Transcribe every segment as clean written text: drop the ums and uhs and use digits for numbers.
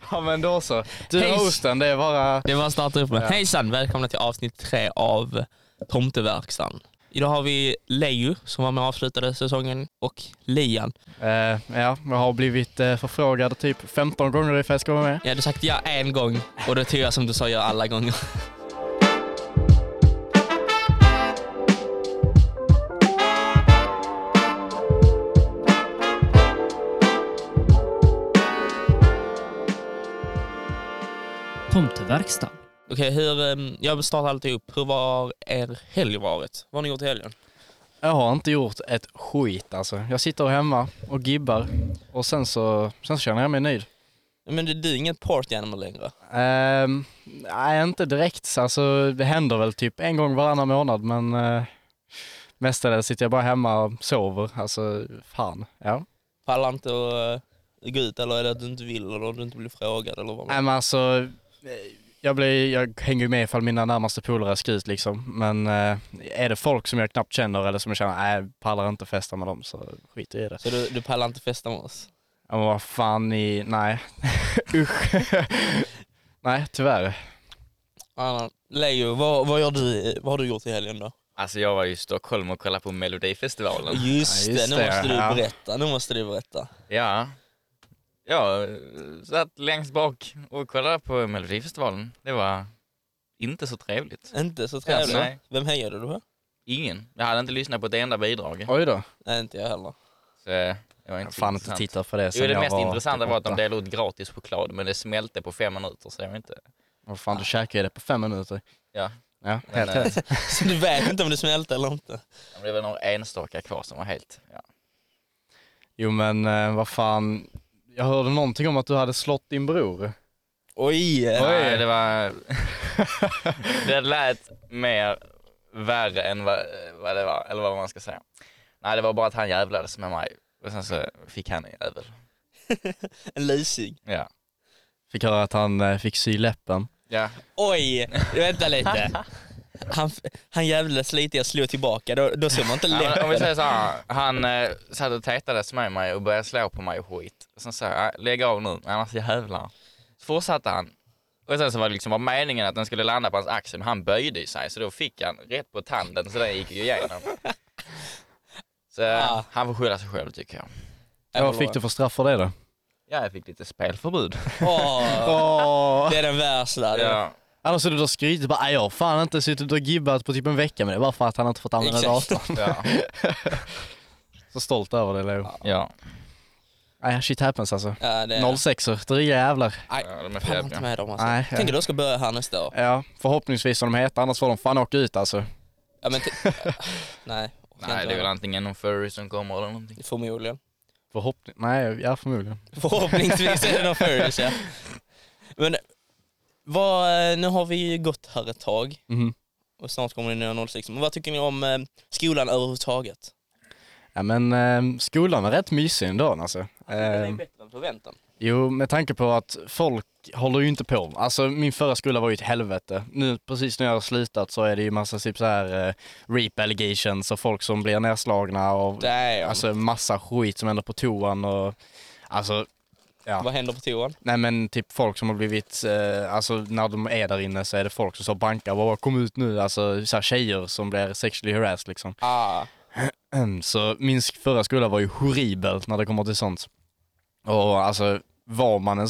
Ja, men då så. Du hosten, det är bara... Det var starta upp med. Ja. Hejsan, välkomna till avsnitt 3 av Tomteverkstan. Idag har vi Leju som var med och avslutade säsongen och Lian. Ja, jag har blivit förfrågad typ 15 gånger ifall jag ska vara med. Jag hade sagt ja en gång och det tycker jag som du sa ja alla gånger. Tomteverkstan. Okej, jag startar alltid upp. Hur var er helg varit? Vad har ni gjort i helgen? Jag har inte gjort ett skit alltså. Jag sitter hemma och gibbar och sen så känner jag mig nöjd. Men du är inget party animal längre? Nej, inte direkt. Alltså, det händer väl typ en gång varannan månad, men mestadels sitter jag bara hemma och sover. Alltså, fan. Ja. Pallar inte att gå ut, eller är det att du inte vill eller att du inte blir frågad eller vad? Nej, men alltså, jag hänger ju med ifall mina närmaste polare ska ut liksom. Men är det folk som jag knappt känner eller som jag känner, nej, pallar inte festa med dem, så skiter i det. Så du pallar inte festa med oss? Ja, men vad fan nej. Usch. Nej, tyvärr. Leo, vad har du gjort i helgen då? Alltså jag var i Stockholm och kollade på Melodifestivalen. Just det, nu måste du berätta. Ja. Jag satt längst bak och kollade på Melodifestivalen. Det var inte så trevligt. Inte så trevligt? Nej. Vem hejade du på? Ingen. Jag hade inte lyssnat på ett enda bidrag. Oj då. Nej, inte jag heller. Så det var inte så fan inte intressant. titta på det. Jo, det mest var intressanta var att de 8. delade ut gratis choklad, men det smälte på 5 minuter, så det var inte... Vad fan, du käkade det på 5 minuter. Ja. Ja, Men, helt rätt. Så du vet inte om det smälte eller inte? Det var några enstaka kvar som var helt... Ja. Jo, men vad fan. Jag hörde någonting om att du hade slått din bror. Oj! Nej, det var... det lät mer värre än vad det var, eller vad man ska säga. Nej, det var bara att han jävlades med mig. Och sen så fick han en jävel. En lysing. Ja. Fick höra att han fick sy läppen. Ja. Oj, vänta lite. Han jävlades lite, jag slog tillbaka. Då ser man inte läppen. Ja, om vi säger så här, han satt och tätades med mig och började slå på mig och skit. Och sen sa jag, lägg av nu, annars jävlar. Så fortsatte han. Och sen så var det liksom meningen att den skulle landa på hans axel, men han böjde sig, så då fick han rätt på tanden, så den gick ju igenom. Så han får skylla sig själv, tycker jag. Vad fick du för straff för det då? Ja, jag fick lite spelförbud. Det är den värsta. Ja. Annars är du då skrytit bara, jag har fan inte suttit och gibbat på typ en vecka, men det var för att han inte fått använda datorn. Ja. Så stolt över det, Leo. Ja. Nej, shit happens alltså. Ja, 06-er, dryga jävlar. Nej, Ja, de är pallar för inte jävla. med dem alltså. Nej, Tänk att du ska börja här nästa år. Ja, förhoppningsvis som de heter, annars får de fan åka ut alltså. Ja, men nej. Nej, det är väl antingen någon furry som kommer eller någonting. Förmodligen. Förmodligen. Förhoppningsvis är det någon furries, ja. Men nu har vi gått här ett tag. Mhm. Och snart kommer det nya 06. Men vad tycker ni om skolan överhuvudtaget? Ja, men skolan är rätt mysig ändå alltså. Det är bättre än förväntan. Jo, med tanke på att folk håller ju inte på. Alltså min förra skola var ju ett helvete. Nu, precis när jag har slutat, så är det ju massa typ så här rape allegations och folk som blir nedslagna och alltså massa skit som händer på toan och alltså ja. Vad händer på toan? Nej, men typ folk som har blivit alltså när de är där inne så är det folk som så bankar och kom ut nu, alltså så här tjejer som blir sexually harassed liksom. Så min förra skola var ju horribelt när det kommer till sånt. Och alltså var man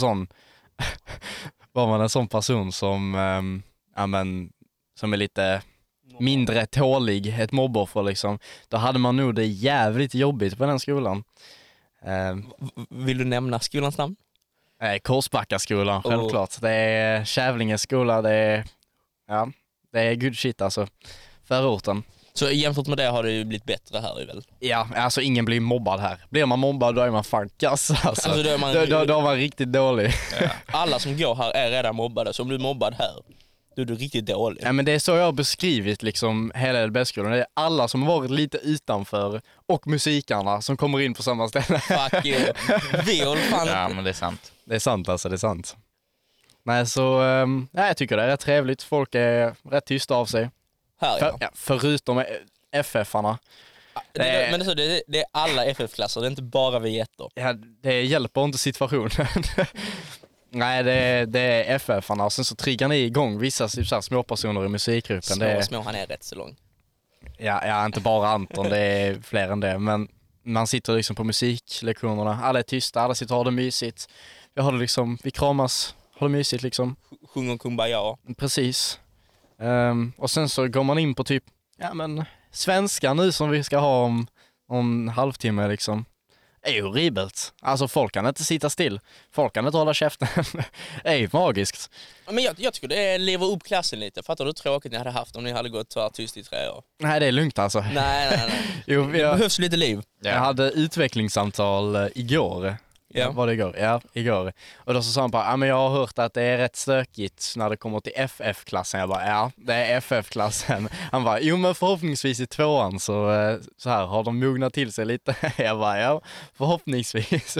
en sån person som som är lite mindre tålig, ett mobboffer liksom, då hade man nog det jävligt jobbigt på den skolan. Vill du nämna skolans namn? Korsbackaskolan, självklart. Det är Kävlinges skola, det är good shit alltså. Förorten. Så jämfört med det har det ju blivit bättre här väl? Ja, alltså ingen blir mobbad här. Blir man mobbad då är man fan kass alltså. Då är man riktigt dålig. Ja. Alla som går här är redan mobbade, så om du är mobbad här, då är du riktigt dålig. Ja, men det är så jag har beskrivit liksom hela LB-skolan. Det är alla som har varit lite utanför och musikarna som kommer in på samma ställe. Fuck you. Ja, men det är sant. Det är sant alltså, det är sant. Nej, så jag tycker det är rätt trevligt. Folk är rätt tysta av sig. Här, förutom FF-arna. Men det är alla FF-klasser, det är inte bara vi ettor. Ja, det hjälper inte situationen. Nej, det är FF-arna och sen så triggar ni igång vissa typ, så här, småpersoner i musikgruppen. Små, han är rätt så lång. Ja, inte bara Anton, det är fler än det. Men man sitter liksom på musiklektionerna, alla är tysta, alla sitter och har det mysigt. Vi kramas, har det mysigt liksom. Sjunger Kumbaya. Precis. Och sen så går man in på typ, svenska nu som vi ska ha om en halvtimme liksom. Det är ju horribelt. Alltså folk kan inte sitta still. Folk kan inte hålla käften. Det är ju magiskt. Men jag tycker det lever upp klassen lite. Fattar du hur tråkigt ni hade haft om ni hade gått tyst i 3 år? Nej, det är lugnt alltså. Nej. Jo, det behövs lite liv. Jag hade utvecklingssamtal igår. Ja. Var det igår? Ja, igår. Och då så sa han bara, men jag har hört att det är rätt stökigt när det kommer till FF-klassen. Jag bara, ja, det är FF-klassen. Han bara, jo men förhoppningsvis i 2:an så här har de mognat till sig lite. Jag bara, ja, förhoppningsvis.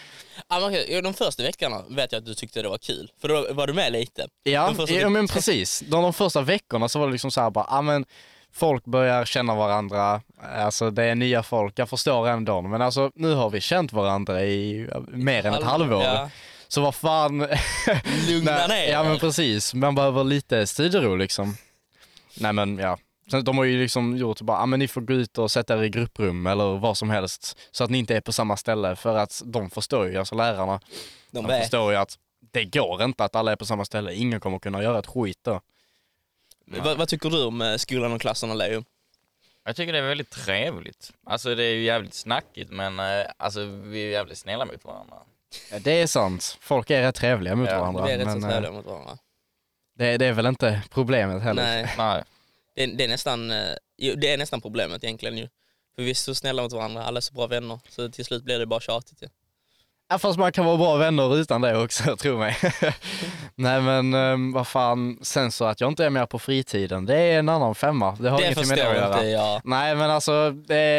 De första veckorna vet jag att du tyckte det var kul. För då var du med lite. Ja, men precis. De första veckorna så var det liksom så här bara, men folk börjar känna varandra, alltså det är nya folk, jag förstår ändå, men alltså nu har vi känt varandra i mer än ett halvår. Ja. Så vad fan... Lugna ner. Ja men precis, man behöver lite studiero liksom. Nej men ja, sen, de har ju liksom gjort bara, men ni får gå ut och sätta er i grupprum eller vad som helst så att ni inte är på samma ställe, för att de förstår ju, alltså lärarna, de förstår ju att det går inte att alla är på samma ställe, ingen kommer kunna göra ett skit då. Vad tycker du om skolan och klasserna, Leo? Jag tycker det är väldigt trevligt. Alltså det är ju jävligt snackigt, men alltså vi är jävligt snälla mot varandra. Ja, det är sant. Folk är rätt trevliga mot varandra. Vi är rätt så trevliga mot varandra. Det är väl inte problemet heller. Nej. Det är nästan problemet egentligen ju. För vi är så snälla mot varandra, alla är så bra vänner. Så till slut blir det bara tjatigt ju. Ja, fast man kan vara bra vänner utan det också, tro mig. Nej men vad fan, sen så att jag inte är mer på fritiden, det är en annan femma. Det har inget med det att göra. Ja. Nej men alltså,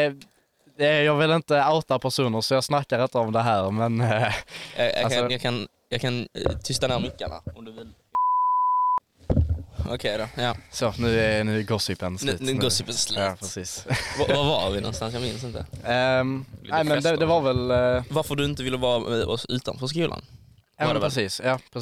jag vill inte outa personer så jag snackar inte om det här, men... Jag kan tysta ner mickarna om du vill. Okej då, ja. Så, nu är gossipen slut. Nu gossipen slut. Ja, precis. Var var vi någonstans? Jag minns inte. Nej men det var väl... Varför du inte ville vara med oss utanför skolan? Ja, precis.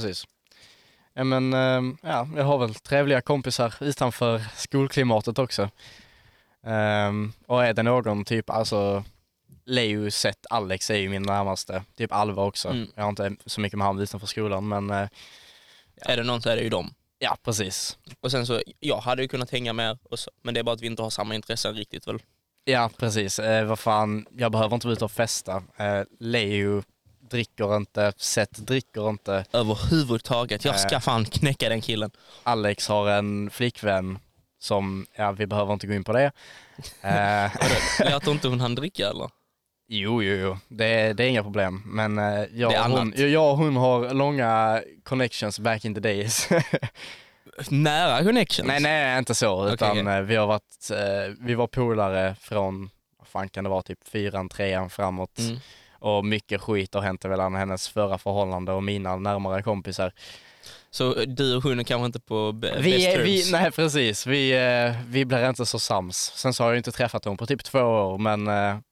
Ja, men jag har väl trevliga kompisar utanför skolklimatet också. Och är det någon typ, alltså Leo sett Alex är ju min närmaste, typ Alva också. Jag har inte så mycket med han utanför skolan, men... Är det någon så är det ju dem. Ja, precis. Och sen så, jag hade ju kunnat hänga med också, men det är bara att vi inte har samma intressen riktigt väl. Ja, precis. Vad fan, jag behöver inte vara ute och festa. Leo dricker inte, Seth dricker inte. Överhuvudtaget, jag ska fan knäcka den killen. Alex har en flickvän som, vi behöver inte gå in på det. Låter inte hon dricka eller? Jo. Det är inga problem. Men jag och hon har långa connections back in the days. Nära connections? Nej, inte så. Utan vi var polare från, vad fan kan det vara, typ 4:an, 3:an framåt. Och mycket skit har hänt mellan hennes förra förhållande och mina närmare kompisar. Så du och hon är kanske inte på best terms? Nej, precis. Vi blir inte så sams. Sen så har jag inte träffat hon på typ 2 år, men...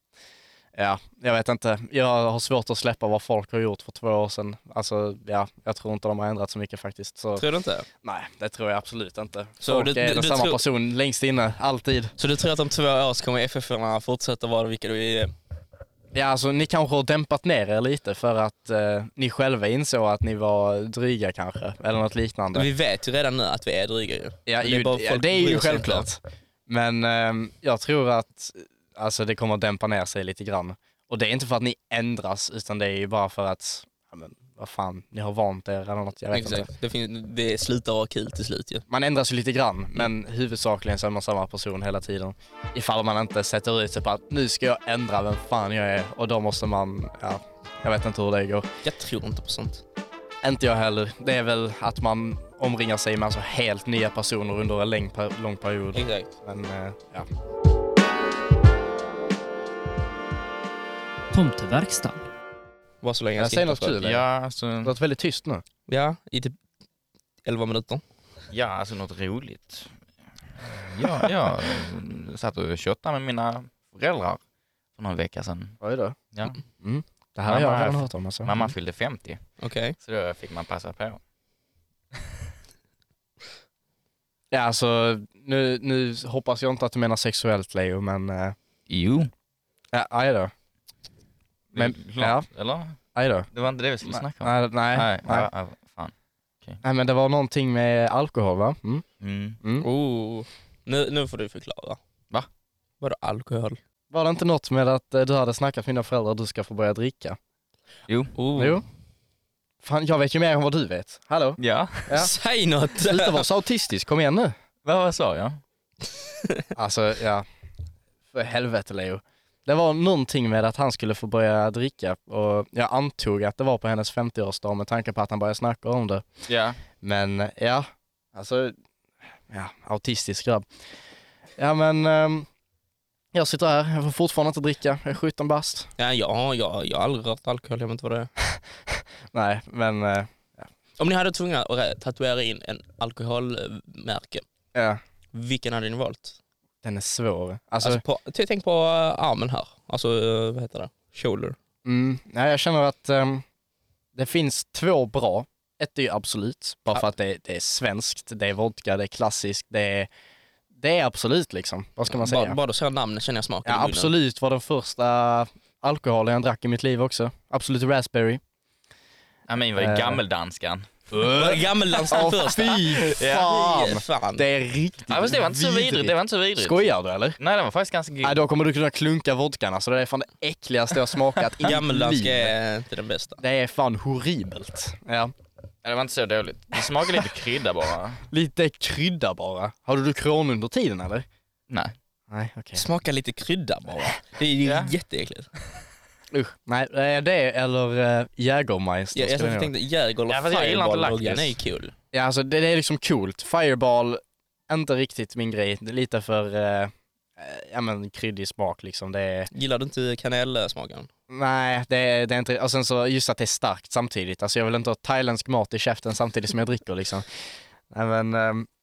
jag vet inte. Jag har svårt att släppa vad folk har gjort för 2 år sedan. Alltså, jag tror inte de har ändrat så mycket faktiskt. Så, tror du inte? Nej, det tror jag absolut inte. Så folk är den samma person längst inne, alltid. Så du tror att om 2 år så kommer FF-arna fortsätta vara vilka du är? Ja, alltså ni kanske har dämpat ner er lite för att ni själva insåg att ni var dryga kanske, eller något liknande. Vi vet ju redan nu att vi är dryga ju. Ja, det är ju självklart. Men jag tror att alltså det kommer att dämpa ner sig lite grann. Och det är inte för att ni ändras, utan det är ju bara för att, vad fan, ni har vant er eller något, jag vet inte. Det slutar vara kul till slut ju. Man ändras ju lite grann, men huvudsakligen så är man samma person hela tiden. Ifall man inte sätter ut sig på att nu ska jag ändra vem fan jag är, och då måste man, jag vet inte hur det går. Jag tror inte på sånt. Inte jag heller. Det är väl att man omringar sig med alltså helt nya personer under en lång period. Exakt. Men, Tomteverkstan. Var så länge jag säger något kul. Ja, alltså... Det har varit väldigt tyst nu. Ja, i typ 11 minuter. Ja, alltså något roligt. Jag satt och köttade med mina föräldrar för några veckor sedan. Vad är det? Ja. Det här har jag redan hört om. Alltså. Mamma fyllde 50. Okej. Så då fick man passa på. Ja, alltså nu hoppas jag inte att du menar sexuellt, Leo, men... Jo. Ja, aj då. Men, ja. Eller? Aj då. Det var inte det vi skulle snacka om. Nej. Fan. Nej, men det var någonting med alkohol, va? Nu får du förklara. Va? Vadå alkohol? Var det inte något med att du hade snackat med dina föräldrar att du ska få börja dricka? Jo. Fan, jag vet ju mer än vad du vet. Hallå? Ja. Säg något! Sluta vara så autistisk, kom igen nu. Vad sa jag? Alltså, ja. För helvete, Leo. Det var någonting med att han skulle få börja dricka och jag antog att det var på hennes 50-årsdag med tanke på att han började snacka om det. Ja. Men ja, alltså, ja, autistisk grabb. Ja, men jag sitter här, jag får fortfarande inte dricka, jag är 17 bast. Ja, jag har aldrig rört alkohol, jag vet inte vad det är. Nej, men... Om ni hade tvungna att tatuera in en alkoholmärke, vilken hade ni valt? Den är svår. Alltså tänk på armen här, alltså vad heter det? Shoulder. Nej, jag känner att det finns 2 bra. Ett är ju Absolut, bara för att det är svenskt, det är vodka, det är klassiskt, det är Absolut liksom. Vad ska man säga? Bara så namnet känner jag smaken. Ja, Absolut var den första alkoholen jag drack i mitt liv också. Absolut Raspberry. Ja, men var det gammeldanskan? Gammeldanskan först. Fy fan. Det är riktigt ja, det var inte så vidrigt. Skojar du eller? Nej, det var faktiskt ganska god. Nej, då kommer du kunna klunka vodkan. Alltså, det är fan det äckligaste jag smakat i Gammeldanska är inte den bästa. Det är fan horribelt. Ja. Det var inte så dåligt. Det smakar lite krydda bara. Lite krydda bara. Har du kron under tiden eller? Nej, okej. Smakar lite krydda bara. Det är jätteäckligt. Nej, det eller Jägermeister. Jag tänkte Jäger eller Fireball-loggan är ju kul. Ja, alltså det är liksom coolt. Fireball, inte riktigt min grej. Det är lite för kryddig smak liksom. Gillar du inte kanelsmaken? Nej, det är inte. Och sen så just att det är starkt samtidigt. Alltså jag vill inte ha thailändsk mat i käften samtidigt som jag dricker liksom. Nej, men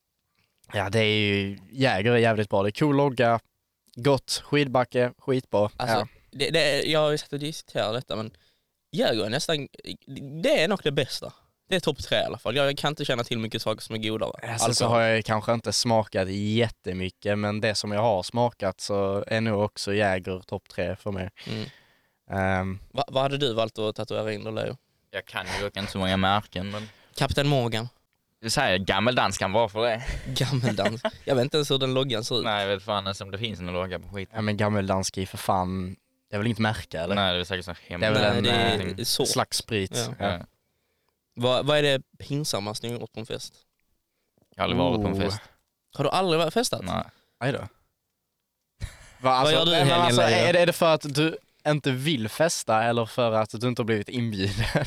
ja, det är ju Jäger är jävligt bra. Det är cool logga, gott, skidbacke, skitbra. Alltså, jag har ju sett och diskuterat detta, men Jäger är nästan, det är nog det bästa. Det är topp 3 i alla fall. Jag kan inte känna till mycket saker som är godare. Alltså, så har jag kanske inte smakat jättemycket, men det som jag har smakat så är nog också Jäger topp 3 för mig. Vad hade du valt att tatuera in då, Leo? Jag kan ju inte så många märken, men... Kapten Morgan. Du säger gammeldanskan, varför det? Gammaldans. Jag vet inte ens hur den loggan ser ut. Nej, jag vet fan ens om det finns en logga på skiten. Ja, men gammeldansk är för fan... Det är väl inte märke, eller? Nej, det är säkert så hemma. Det är väl en slags sprit. Ja. Ja. Vad är det pinsammaste ni gjort på en fest? Jag har aldrig varit på en fest. Har du aldrig varit festat? Nej. Aj då. Vad gör du i helgen, alltså, Leo? är det för att du inte vill festa eller för att du inte har blivit inbjuden?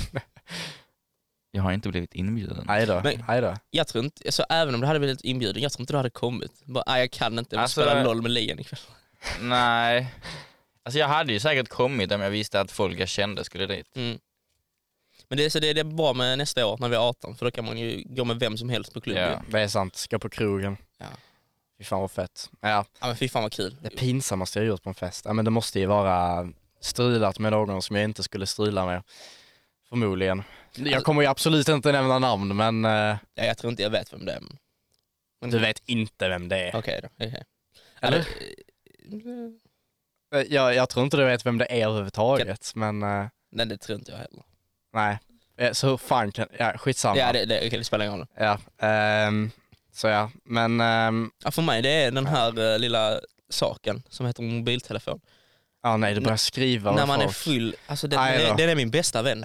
Jag har inte blivit inbjuden. Aj då. Jag tror inte, alltså, även om du hade blivit inbjuden, jag tror inte du hade kommit. Bara, jag kan inte, jag spela LOL med Lian ikväll. Nej. Alltså jag hade ju säkert kommit om jag visste att folk jag kände skulle dit. Men det är bra med nästa år när vi är 18, för då kan man ju gå med vem som helst på klubben. Ja, det är sant. Ska på krogen. Ja. Fy fan vad fett. Ja, men fy fan vad kul. Det pinsammaste jag gjort på en fest. Ja, men det måste ju vara strulat med någon som jag inte skulle strula med. Förmodligen. Jag kommer ju absolut inte nämna namn, men... Ja, jag tror inte jag vet vem det är. Men... Du vet inte vem det är. Okej då. Okay. Eller? Jag tror inte du vet vem det är överhuvudtaget, men... Nej, det tror inte jag heller. Nej, så hur fan kan... Ja, skitsamma. Ja, det spelar ingen roll. Ja, så ja, men... Ja, för mig det är den här lilla saken som heter mobiltelefon. Ja, nej, du börjar skriva. När man är full, alltså den är min bästa vän.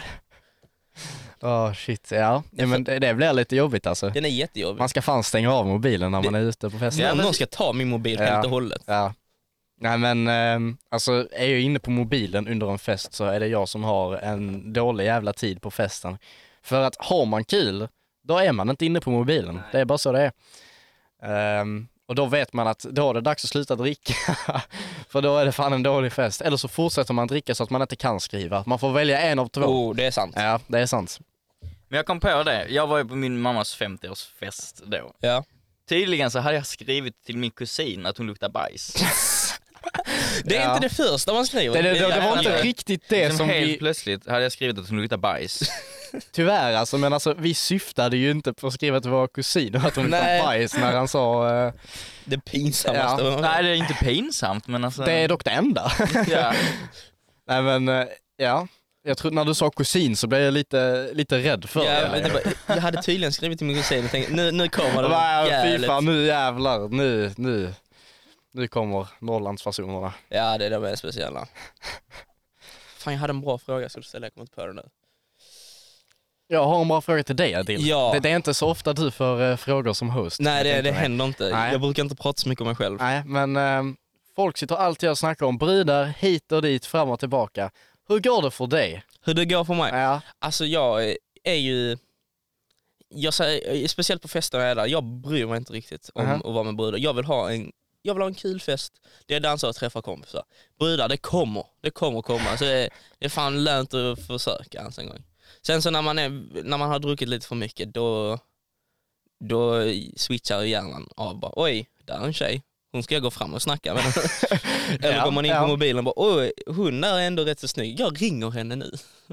Shit, ja. Men det blir lite jobbigt alltså. Den är jättejobbig. Man ska fan stänga av mobilen när man är ute på festen. Ja, någon ska ta min mobil helt och hållet. Ja. Nej, men alltså är jag inne på mobilen under en fest så är det jag som har en dålig jävla tid på festen. För att har man kul, då är man inte inne på mobilen. Nej. Det är bara så det är. Och då vet man att då är det dags att sluta dricka. För då är det fan en dålig fest. Eller så fortsätter man dricka så att man inte kan skriva. Man får välja en av 2. Det är sant. Ja, det är sant. Men jag kom på det. Jag var ju på min mammas 50-årsfest då. Ja. Tydligen så hade jag skrivit till min kusin att hon luktar bajs. Det är inte det första man skriver. Det var inte riktigt det som helt vi... plötsligt hade jag skrivit att hon luktar bajs. Tyvärr alltså, men alltså vi syftade ju inte på att skriva till våra kusiner att hon luktade bajs när han sa... Det pinsammaste. Ja. Nej, det är inte pinsamt, men alltså... Det är dock det enda. Ja. Nej men, ja. Jag tror när du sa kusin så blev jag lite rädd för det. Jag hade tydligen skrivit till min kusin och tänkte, nu kommer det fy fan, nu jävlar, nu kommer Norrlandsfasonerna. Ja, det är de är speciella. Fan, jag hade en bra fråga jag skulle ställa, jag kommer inte på det nu. Jag har en bra fråga till dig, Adil. Ja. Det är inte så ofta du får frågor som host. Nej, det händer inte. Nej. Jag brukar inte prata så mycket om mig själv. Nej, men folk sitter alltid och snackar om brudar hit och dit, fram och tillbaka. Hur går det för dig? Hur det går för mig? Ja. Alltså jag är ju... Jag säger, speciellt på fester jag är där, jag bryr mig inte riktigt om att vara med brudar. Jag vill ha en kul fest. Det är dansa och träffa kompisar. Brudar, det kommer komma. Så det är fan lönt att försöka ens en gång. Sen så när man har druckit lite för mycket, då switchar hjärnan av bara, oj, där är en tjej. Hon ska jag gå fram och snacka med. Eller går man in på mobilen och bara, oj, hon är ändå rätt så snygg. Jag ringer henne nu.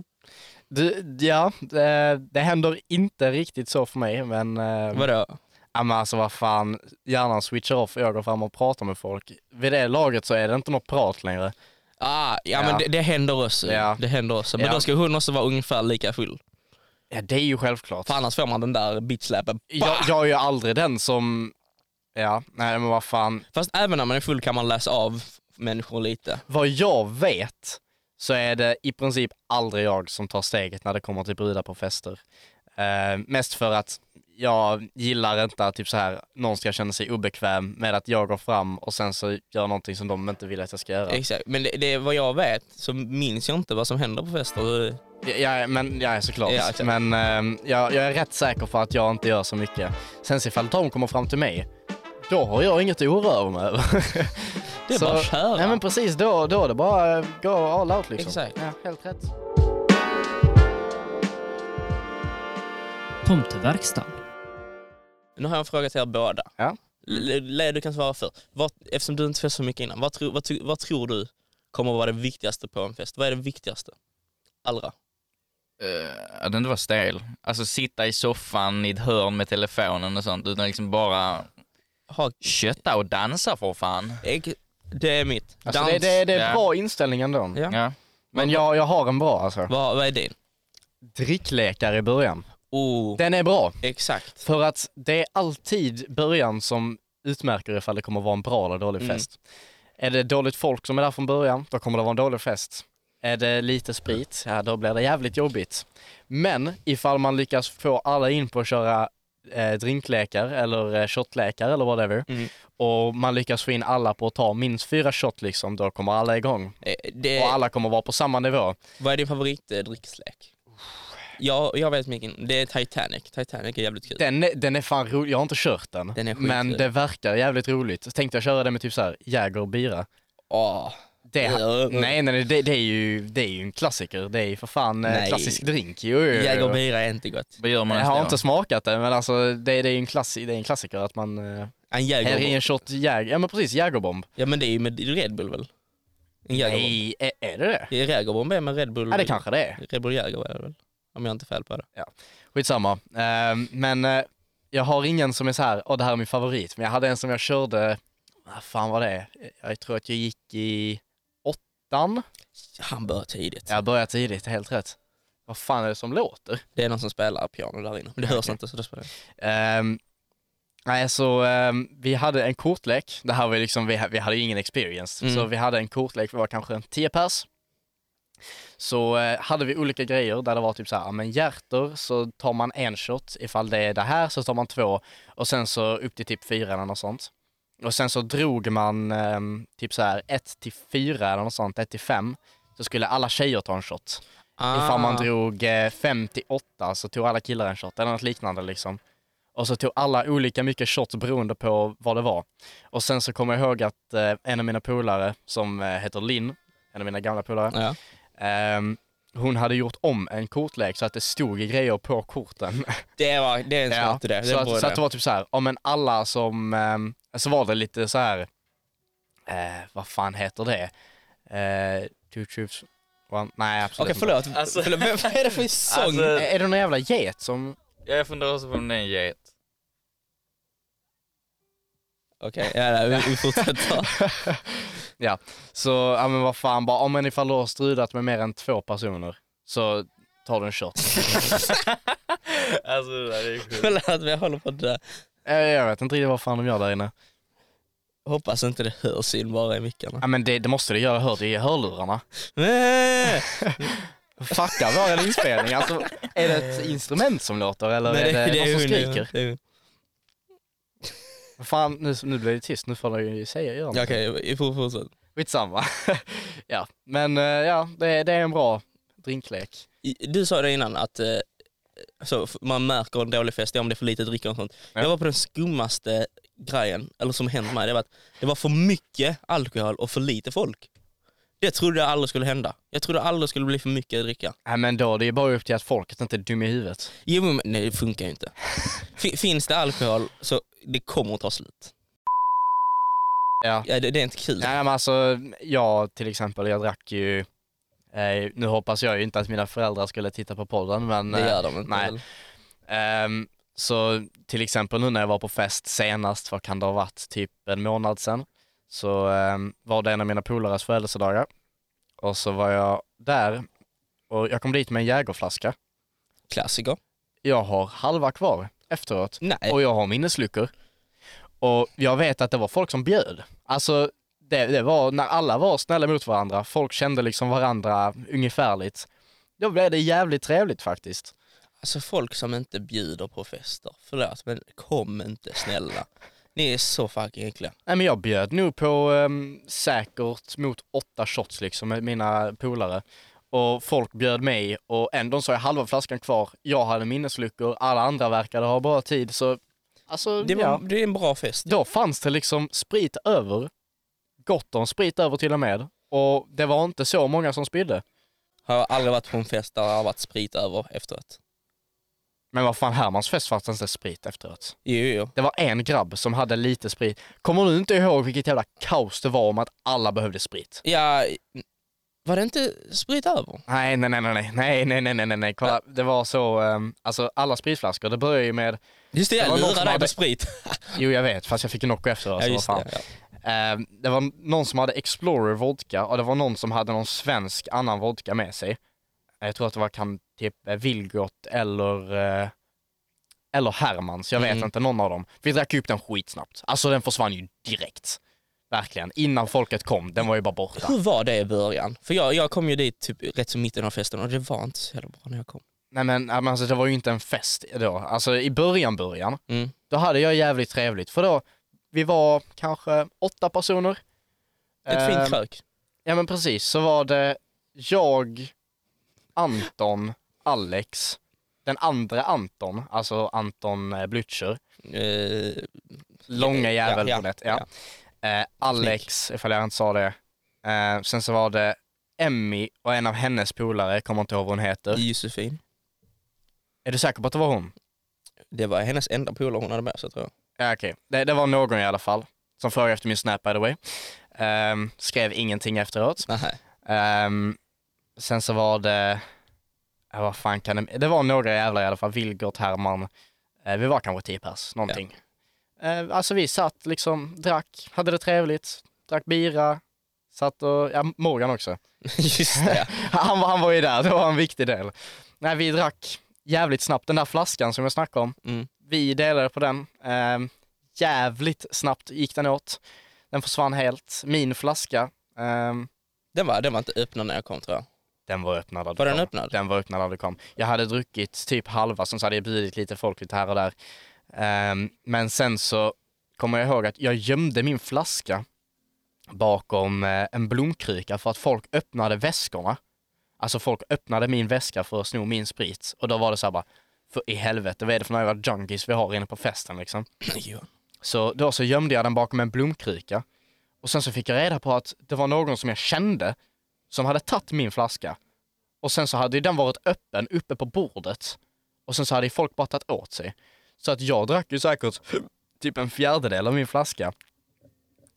Det händer inte riktigt så för mig, men... Vadå? Ja, men alltså vad fan, hjärnan switchar off och jag går fram och pratar med folk. Vid det laget så är det inte något prat längre. Men det händer också. Ja. Det händer också. Men då ska hon också vara ungefär lika full. Ja, det är ju självklart. För annars får man den där bitchsläpen. Jag är ju aldrig den som... Ja, nej men vad fan. Fast även när man är full kan man läsa av människor lite. Vad jag vet så är det i princip aldrig jag som tar steget när det kommer till brudar på fester. Mest för att jag gillar inte att typ så här, någon ska känna sig obekväm med att jag går fram och sen så gör någonting som de inte vill att jag ska göra. Exakt, men det vad jag vet så minns jag inte vad som händer på fester. Ja, såklart. Ja, exakt. Men jag är rätt säker på att jag inte gör så mycket. Sen så ifall de kommer fram till mig, då har jag inget att oroa mig över. Det är bara att köra. Nej men precis, då är det bara gå all out liksom. Exakt. Ja, helt rätt. Tomteverkstan. Nu har jag en fråga till er båda. Ja. Du kan svara för. Eftersom du inte festar så mycket innan, vad tror du kommer att vara det viktigaste på en fest? Vad är det viktigaste? Allra? Att inte vara stel. Alltså sitta i soffan i ett hörn med telefonen och sånt, utan liksom bara kötta och dansa för fan. Det är mitt. Alltså det är bra inställning ändå. Ja. Men jag har en bra alltså. Vad är din? Dricklekar i början. Den är bra. Exakt. För att det är alltid början som utmärker ifall det kommer vara en bra eller dålig fest. Är det dåligt folk som är där från början, då kommer det vara en dålig fest. Är det lite sprit, ja då blir det jävligt jobbigt. Men ifall man lyckas få alla in på att köra drinklekar eller shotlekar eller whatever, och man lyckas få in alla på att ta minst 4 shot liksom, då kommer alla igång. Och alla kommer vara på samma nivå. Vad är din favoritdrickslek? Jag vet mycket. Det är Titanic. Titanic är jävligt kul. Den är fan rolig. Jag har inte kört den. Men det verkar jävligt roligt. Så tänkte jag köra det med typ så här Jäger och bira. Nej, det är ju en klassiker. Det är ju för fan klassisk drink. Jäger och bira är inte gott. Vad gör man? Jag har inte smakat det, men alltså det är en klassiker att man här i en shot Jäger. Ja men precis, Jägerbomb. Ja men det är ju med Red Bull väl? En Jägerbomb. Nej, är det? Jägerbomb är med Red Bull. Ja det kanske det är. Red Bull Jäger är det väl? Om jag inte fel på det. Ja, skitsamma. Men jag har ingen som är så här, det här är min favorit. Men jag hade en som jag körde, vad fan var det? Jag tror att jag gick i 8:an. Han började tidigt. Jag började tidigt, helt rätt. Vad fan är det som låter? Det är någon som spelar piano där inne. Men det hörs inte så det spelar. Nej, så vi hade en kortlek. Det här var liksom, vi hade ju ingen experience. Så vi hade en kortlek, vi var kanske 10 pers. Så hade vi olika grejer där det var typ så här, men hjärtor så tar man 1 shot, ifall det är det här så tar man 2 och sen så upp till typ 4 eller något sånt. Och sen så drog man typ så här 1-4 eller något sånt, 1-5, så skulle alla tjejer ta en shot. Ifall man drog 5-8 så tog alla killar en shot eller något liknande liksom. Och så tog alla olika mycket shots beroende på vad det var. Och sen så kommer jag ihåg att en av mina polare som heter Linn, en av mina gamla polare, hon hade gjort om en kortlek så att det stod i grejer på korten. Det är en smart idé. Så att det var typ så här, men alla som, så var det lite så här, Vad fan heter det? Two truths, one... Nej, absolut Okej, förlåt. Förlåt. Vad är det för sång? Alltså, Är det någon jävla get som... jag funderar också på om det är en get. Okej, vi fortsätter. Ja, så ja, men vad fan, bara om man ifall du har strudat med mer än 2 personer så tar du en shot. Alltså det där är sjukt. Förlåt, jag håller på det. Jag vet inte riktigt vad fan de gör där inne. Hoppas inte det hörs in bara i mickarna. Ja, men det måste det göra, hör det i hörlurarna. Fucka vår inspelning, alltså är det ett instrument som låter eller Nej, är det någon som skriker? Det är hon. Fan, nu blir det tyst, nu får du ju säga Ja, okej, vi får fortsätta. Skitsamma. Ja, men ja, det är en bra drinklek. Du sa det innan att så man märker en dålig fest om det är för lite dricka och sånt. Ja. Jag var på den skummaste grejen, eller som hände mig, det var att det var för mycket alkohol och för lite folk. Det trodde jag aldrig skulle hända. Jag trodde aldrig skulle bli för mycket att dricka. Nej, men då, det är bara upp till att folket inte är dum i huvudet. Jo, men nej, det funkar ju inte. Finns det alkohol så det kommer att ta slut. Ja. Ja, det är inte kul. Nej, men alltså, jag till exempel, jag drack ju... nu hoppas jag ju inte att mina föräldrar skulle titta på podden, men... Det gör de inte. Nej. Så till exempel nu när jag var på fest senast, vad kan det ha varit, typ en månad sedan, så var det en av mina polares födelsedagar. Och så var jag där och jag kom dit med en jägerflaska. Klassiker. Jag har halva kvar efteråt. Nej. Och jag har minnesluckor. Och jag vet att det var folk som bjöd. Alltså det var när alla var snälla mot varandra. Folk kände liksom varandra ungefärligt. Då blev det jävligt trevligt faktiskt. Alltså folk som inte bjuder på fester. Förlåt, men kom inte snälla. Ni är så fucking äckliga. Nej, men jag bjöd nog på säkert mot 8 shots liksom med mina polare. Och folk bjöd mig och ändå så är halva flaskan kvar. Jag hade minnesluckor, alla andra verkade ha bra tid. Så alltså, Det är en bra fest. Då fanns det liksom sprit över. Gott om sprit över till och med. Och det var inte så många som spydde. Har aldrig varit på en fest där det har varit sprit över efteråt. Men vad fan, Hermans fest fanns det inte sprit efteråt. Jo. Det var en grabb som hade lite sprit. Kommer du inte ihåg vilket jävla kaos det var om att alla behövde sprit? Ja, var det inte sprit över? Nej. Kolla, det var så, alltså alla spritflaskor, det började ju med... Just det, jag lurade dig med sprit. Jo, jag vet, fast jag fick en Nocco efteråt. Ja, just det, ja. Det var någon som hade Explorer vodka och det var någon som hade någon svensk annan vodka med sig. Jag tror att det var typ Vilgot eller Hermans, jag vet inte, någon av dem. Vi drack upp den skitsnabbt. Alltså den försvann ju direkt. Verkligen. Innan folket kom, den var ju bara borta. Hur var det i början? För jag kom ju dit typ rätt som mitten av festen och det var inte så jävla bra när jag kom. Nej, men alltså, det var ju inte en fest då. Alltså i början, då hade jag jävligt trevligt. För då, vi var kanske 8 personer. Ett fint krök. Ja, men precis. Så var det jag, Anton, Alex, den andra Anton, alltså Anton Blücher. Långa jävel på det. Ja. Alex, ifall jag inte sa det. Sen så var det Emmy och en av hennes polare, kommer inte ihåg vad hon heter. Josefin. Är du säker på att det var hon? Det var hennes enda polare hon hade med sig, tror jag. Ja, okej. Det var någon i alla fall som frågade efter min snap, by the way. Skrev ingenting efteråt. Sen så var det... vad fan kan det var några jävla i alla fall. Vilgot, Herman. Vi var kanske 10 pers, någonting. Alltså vi satt liksom, drack, hade det trevligt. Drack bira. Satt och... Ja, Morgan också. Just det. han var ju där, det var en viktig del. Nej, vi drack jävligt snabbt. Den där flaskan som jag snackade om. Vi delade på den. Jävligt snabbt gick den åt. Den försvann helt. Min flaska. Den var inte öppnad när jag kom, tror jag. Den var öppnad. Var den öppnad? Den var öppnad när det kom. Jag hade druckit typ halva, sen så hade jag bjudit lite folk lite här och där. Men sen så kommer jag ihåg att jag gömde min flaska bakom en blomkruka för att folk öppnade väskorna. Alltså folk öppnade min väska för att sno min sprit. Och då var det så här bara, för i helvete, vad är det för några junkies vi har inne på festen liksom? Ja. Så då så gömde jag den bakom en blomkruka. Och sen så fick jag reda på att det var någon som jag kände som hade tagit min flaska. Och sen så hade den varit öppen uppe på bordet. Och sen så hade folk bara tagit åt sig. Så att jag drack ju säkert typ en fjärdedel av min flaska.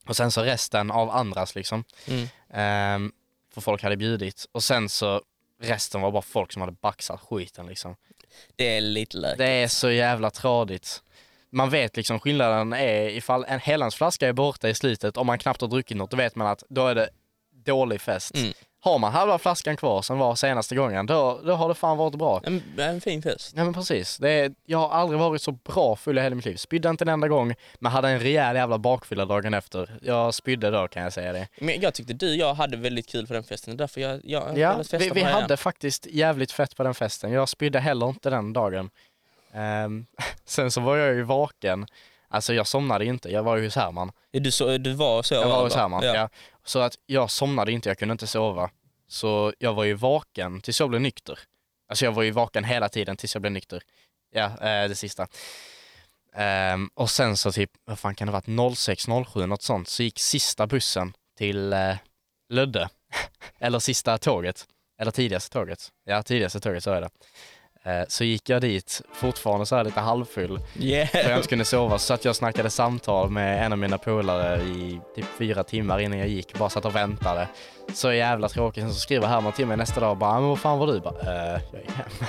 Och sen så resten av andras liksom. För folk hade bjudit. Och sen så resten var bara folk som hade baxat skiten liksom. Det är lite lökigt. Det är så jävla tradigt. Man vet liksom skillnaden är ifall en hellandsflaska är borta i slutet, om man knappt har druckit något, då vet man att då är det dålig fest. Har man halva flaskan kvar som var senaste gången, då har det fan varit bra. En fin fest. Ja men precis. Jag har aldrig varit så bra full i hela mitt liv. Spydde inte en enda gång, men hade en rejäl jävla bakfylla dagen efter. Jag spydde då, kan jag säga det. Men jag tyckte jag hade väldigt kul på den festen. Därför Ja, vi hade faktiskt jävligt fett på den festen. Jag spydde heller inte den dagen. Sen så var jag ju vaken. Alltså jag somnade inte, jag var ju hos Herman. Du var så? Jag var hos Herman, ja. Så att jag somnade inte, jag kunde inte sova. Så jag var ju vaken tills jag blev nykter. Alltså jag var ju vaken hela tiden tills jag blev nykter. Ja, det sista. Och sen så typ, vad fan kan det ha varit, 06:07 något sånt, så gick sista bussen till Lödde. Eller sista tåget. Eller tidigaste tåget. Ja, tidigaste tåget, så är det. Så gick jag dit, fortfarande så här lite halvfull. För jag inte kunde sova, så att jag snackade samtal med en av mina polare i typ 4 timmar innan jag gick. Bara satt och väntade. Så jävla tråkigt. Sen så skriver Herman till mig nästa dag och bara, men vad fan var du? Bara, jag gick hem.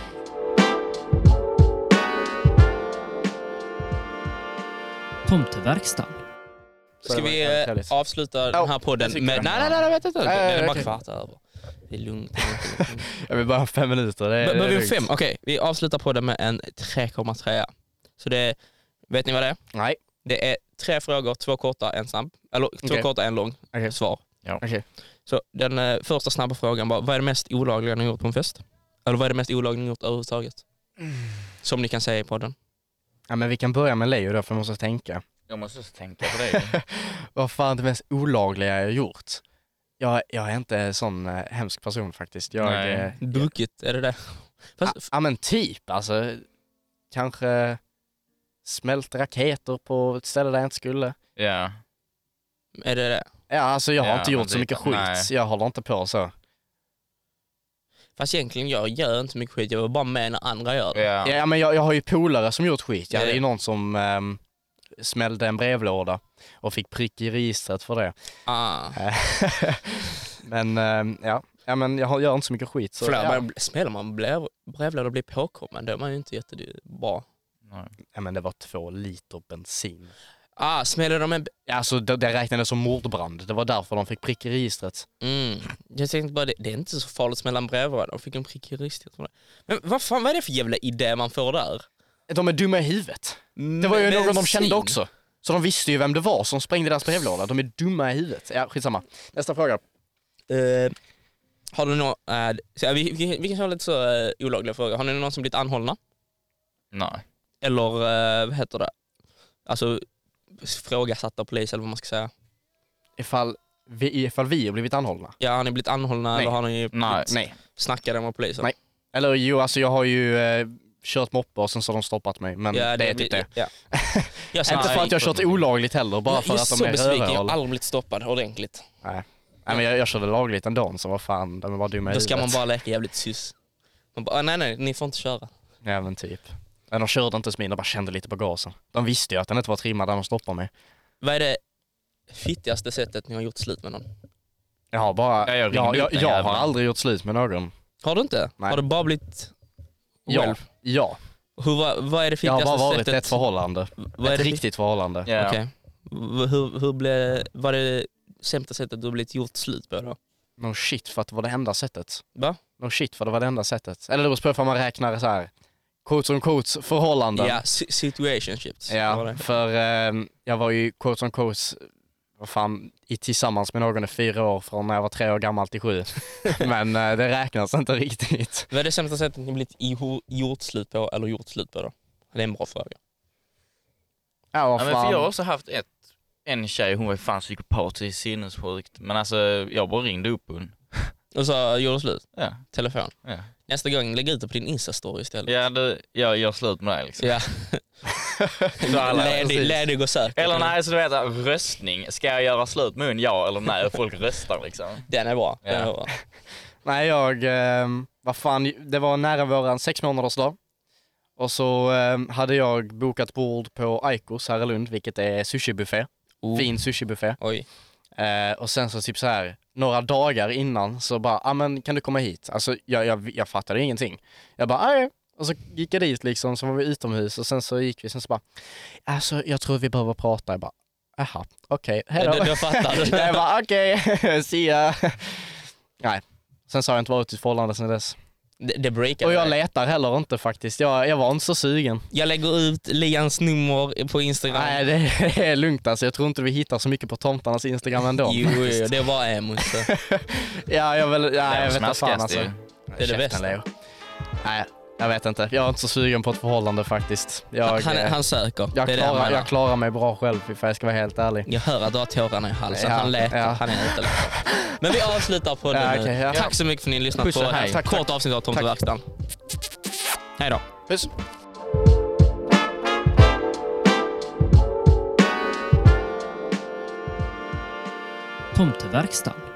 Tomteverkstan. Ska vi avsluta den här podden med... Nej, vet inte. Det är bara kvart över. Det är lugnt. Jag vill bara ha 5 minuter. Men vi har 5. Okej, vi avslutar podden med en 3,3. Så det... Vet ni vad det är? Nej. Det är 3 frågor, 2 korta, en snabb. Eller 2 korta, en lång svar. Ja. Okay. Så den första snabba frågan var, vad är det mest olagliga ni har gjort på en fest? Eller vad är det mest olagliga ni har gjort överhuvudtaget? Som ni kan säga i podden. Ja, men vi kan börja med Leo då, för jag måste tänka. Jag måste tänka på det. Vad fan det mest olagliga jag har gjort? Jag är inte en sån hemsk person faktiskt. Druckit, är det det? Ja men typ, alltså kanske smält raketer på ett ställe där jag inte skulle. Ja. Är det? Ja, alltså jag har inte gjort så mycket skit. Nej. Jag håller inte på så. Fast egentligen, jag gör inte mycket skit. Jag var bara med när andra gör det. Ja, men jag har ju polare som gjort skit. Jag hade ju någon som smällde en brevlåda och fick prick i registret för det. Men ja, men jag gör inte så mycket skit. Så, smäller man brevlåda och blir påkommen, då är man ju inte jättebra. Ja, men det var 2 liter bensin. Smäller de en... Alltså det räknades som mordbrand. Det var därför de fick prick i registret. Jag tänkte bara, det är inte så farligt att smälla en brevlåda. De fick en prick i registret. Men vad är det för jävla idé man får där? De är dumma i huvudet. Det var ju någon de kände också. Så de visste ju vem det var som sprängde deras brevlåda. De är dumma i huvudet. Ja, skitsamma. Nästa fråga. Har du någon... vi kan ha lite så olagliga frågor. Har ni någon som blivit anhållna? Nej. Eller vad heter det? Alltså frågasatt av polis eller vad man ska säga. Ifall vi har blivit anhållna? Ja, har ni blivit anhållna? Nej. Eller har ni Nej. snackade med polisen? Nej. Eller jo, alltså jag har ju kört moppe och sen så har de stoppat mig. Men ja, det är typ det. Ja. Inte för att jag har kört olagligt heller, bara för att de är röver. Jag har aldrig blivit stoppad ordentligt. Nej, men jag körde lagligt ändå, så vad fan, de var dumma i Då ska huvudet. man bara leka jävligt sys. Man bara, nej, ni får inte köra. Ja, men typ. Men de körde inte min, de bara kände lite på gasen. De visste ju att den inte var trimmad när de stoppade mig. Vad är det fittigaste sättet ni har gjort slut med någon? Jag har aldrig gjort slut med någon. Har du inte? Nej. Har du bara blivit... Ja. Vad är det fittigaste sättet? Jag har bara varit ett förhållande. Ett riktigt förhållande. Yeah. Okej. Vad är det sämsta sättet du har blivit gjort slut på då? No shit, för att det var det enda sättet. Va? No shit, för det var det enda sättet. Eller det beror på om man räknar så här. Quotes on quotes förhållanden. Ja, situationships. Ja, för jag var ju quotes on quotes tillsammans med någon i 4 år från när jag var 3 år gammal till 7. Men det räknas inte riktigt. Vad är det sämsta sättet ni blivit gjort slut på eller gjort slut på då? Det är en bra fråga. Ja, men för jag har också haft en tjej, hon var fan psykopatisk, sinnessjukt. Men alltså, jag bara ringde upp hon. Och så gjorde du slut? Ja. Telefon? Ja. Nästa gång, lägg ut det på din Insta-story istället. Ja, jag gör slut med det liksom. Ja. Ledig och söker. Eller nej, så du vet, röstning. Ska jag göra slut med hon, ja eller nej? Folk röstar liksom. Den är bra. Ja. Nej, det var nära våran 6-månadersdag. Och så hade jag bokat bord på Aikos här i Lund, vilket är sushibuffé. fin sushibuffé. Oj. Och sen så typ så här några dagar innan så bara, men kan du komma hit? Alltså jag fattade ingenting. Jag bara, nej. Och så gick jag dit liksom, så var vi utomhus och sen så gick vi, sen så bara, alltså jag tror vi behöver prata. Jag bara, aha, okej, hejdå. Jag fattar. Jag bara, okej, see ya. Nej, sen så har jag inte varit i förhållande sen dess. Det breakade. Och jag letar heller inte faktiskt, jag var inte så sugen. Jag lägger ut Lians nummer på Instagram. Nej, det är lugnt alltså, jag tror inte vi hittar så mycket på tomtarnas Instagram ändå. Jo, det var emo. Ja, jag vet inte fan alltså. Det är det bästa. Leo. Nej, jag vet inte. Jag är inte så sugen på ett förhållande faktiskt. Han söker. Jag klarar mig bra själv, för jag ska vara helt ärlig. Jag hör att du har tårarna i halsen. Ja, han letar. ja. Han är ute lätt. Men vi avslutar på det nu. Okay, ja. Tack så mycket för att ni har lyssnat Puss, på hej. ett kort avsnitt av Tomteverkstan. Hej då. Puss. Tomteverkstan.